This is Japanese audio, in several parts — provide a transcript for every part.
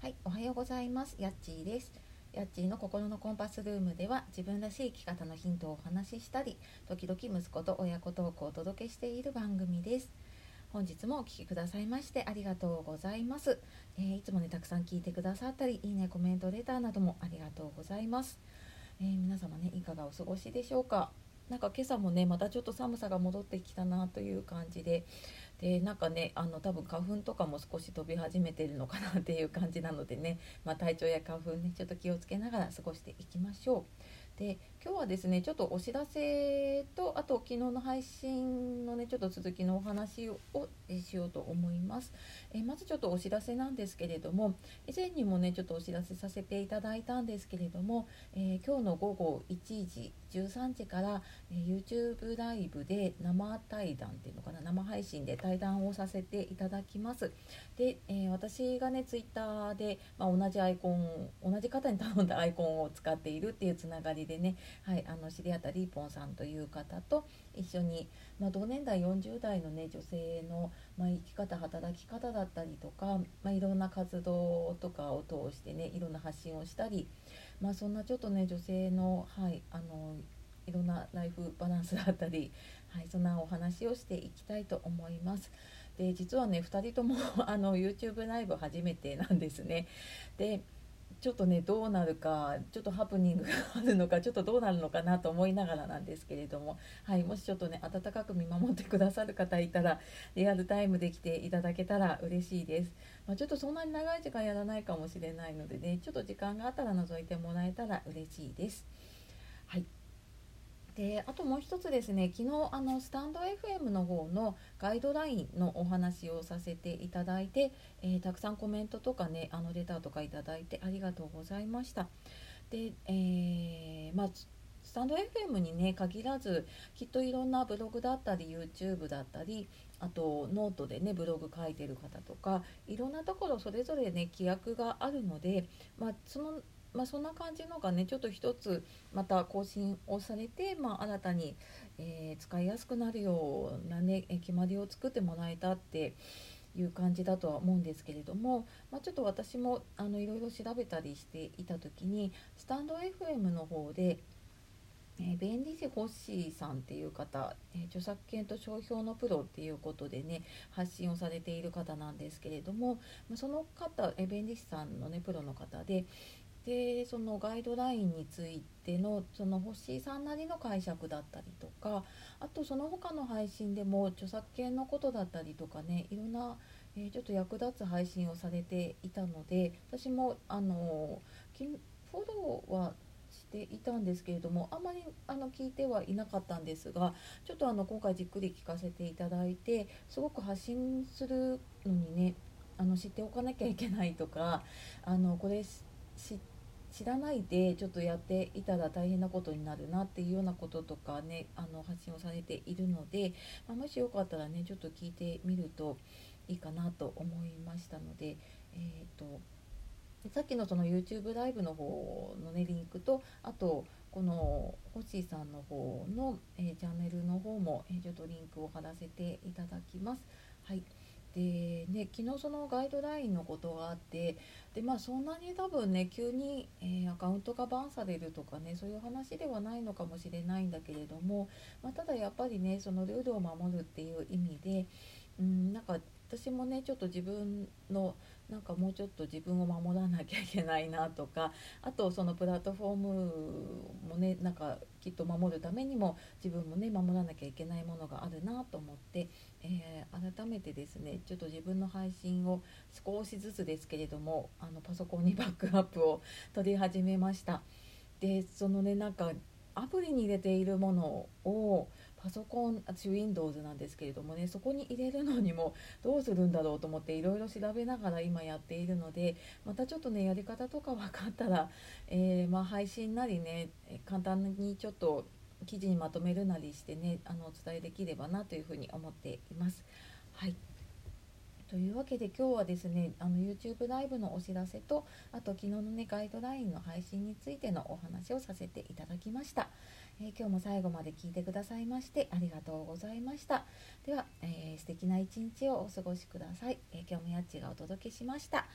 はい、おはようございます。やっちーです。やっちーの心のコンパスルームでは自分らしい生き方のヒントをお話ししたり、時々息子と親子トークをお届けしている番組です。本日もお聞きくださいましてありがとうございます。いつもねたくさん聞いてくださったり、いいね、コメント、レターなどもありがとうございます。皆様ねいかがお過ごしでしょうか。なんか今朝もねまたちょっと寒さが戻ってきたなという感じでなんかね多分花粉とかも少し飛び始めてるのかなっていう感じなのでね、体調や花粉ねちょっと気をつけながら過ごしていきましょう。で今日はですねちょっとお知らせとあと昨日の配信のねちょっと続きのお話をしようと思います。まずちょっとお知らせなんですけれども、以前にもねちょっとお知らせさせていただいたんですけれども、今日の午後1時13時から、YouTube ライブで生対談っていうのかな、生配信で対談をさせていただきます。で、私がねツイッターで、同じアイコン同じ方に頼んだアイコンを使っているっていうつながりでね、はい、知り合ったリーポンさんという方と一緒に、同年代40代のね女性の、生き方働き方だったりとか、いろんな活動とかを通してねいろんな発信をしたり、そんなちょっとね女性の、はい、いろんなライフバランスだったり、はい、そんなお話をしていきたいと思います。で実はね2人ともYouTube ライブ初めてなんですね。でちょっとねどうなるか、ちょっとハプニングがあるのか、ちょっとどうなるのかなと思いながらなんですけれども、はい、もしちょっとね温かく見守ってくださる方いたらリアルタイムで来ていただけたら嬉しいです。ちょっとそんなに長い時間やらないかもしれないのでね、ちょっと時間があったら覗いてもらえたら嬉しいです。はい。であともう一つですね、昨日スタンド FM の方のガイドラインのお話をさせていただいて、たくさんコメントとかねレターとかいただいてありがとうございました。で、スタンド FM にね限らずきっといろんなブログだったり YouTube だったり、あとノートでねブログ書いてる方とかいろんなところそれぞれね規約があるので、そんな感じのがねちょっと一つまた更新をされて、新たに、使いやすくなるようなね決まりを作ってもらえたっていう感じだとは思うんですけれども、ちょっと私もいろいろ調べたりしていた時にスタンド FM の方で、弁理士ホッシーさんっていう方、著作権と商標のプロっていうことでね発信をされている方なんですけれども、その方、弁理士さんのねプロの方でそのガイドラインについてのその星さんなりの解釈だったりとか、あとその他の配信でも著作権のことだったりとかねいろんな、ちょっと役立つ配信をされていたので、私もフォローはしていたんですけれども、あまり聞いてはいなかったんですが、ちょっと今回じっくり聞かせていただいて、すごく発信するのにね知っておかなきゃいけないとか、これ知らないでちょっとやっていたら大変なことになるなっていうようなこととかね発信をされているので、もしよかったらねちょっと聞いてみるといいかなと思いましたので、さっきのその YouTube ライブの方のねリンクと、あとこの星さんの方の、チャンネルの方も、ちょっとリンクを貼らせていただきます。はい。でね、昨日そのガイドラインのことがあって、でそんなに多分ね急に、アカウントがバンされるとかねそういう話ではないのかもしれないんだけれども、ただやっぱりねそのルールを守るっていう意味で、なんか私もねちょっと自分のなんかもうちょっと自分を守らなきゃいけないなとか、あとそのプラットフォームもねなんかきっと守るためにも自分もね守らなきゃいけないものがあるなと思って、改めてですねちょっと自分の配信を少しずつですけれどもパソコンにバックアップを取り始めました。でそのねなんかアプリに入れているものをパソコン、私 Windows なんですけれどもねそこに入れるのにもどうするんだろうと思っていろいろ調べながら今やっているので、またちょっとねやり方とか分かったら、配信なりね簡単にちょっと記事にまとめるなりしてねお伝えできればなというふうに思っています。はい。というわけで今日はですねYouTube ライブのお知らせと、あと昨日のねガイドラインの配信についてのお話をさせていただきました。今日も最後まで聞いてくださいましてありがとうございました。では、素敵な一日をお過ごしください。今日もやっちがお届けしました。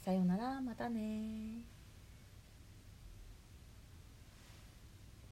さようなら、またね。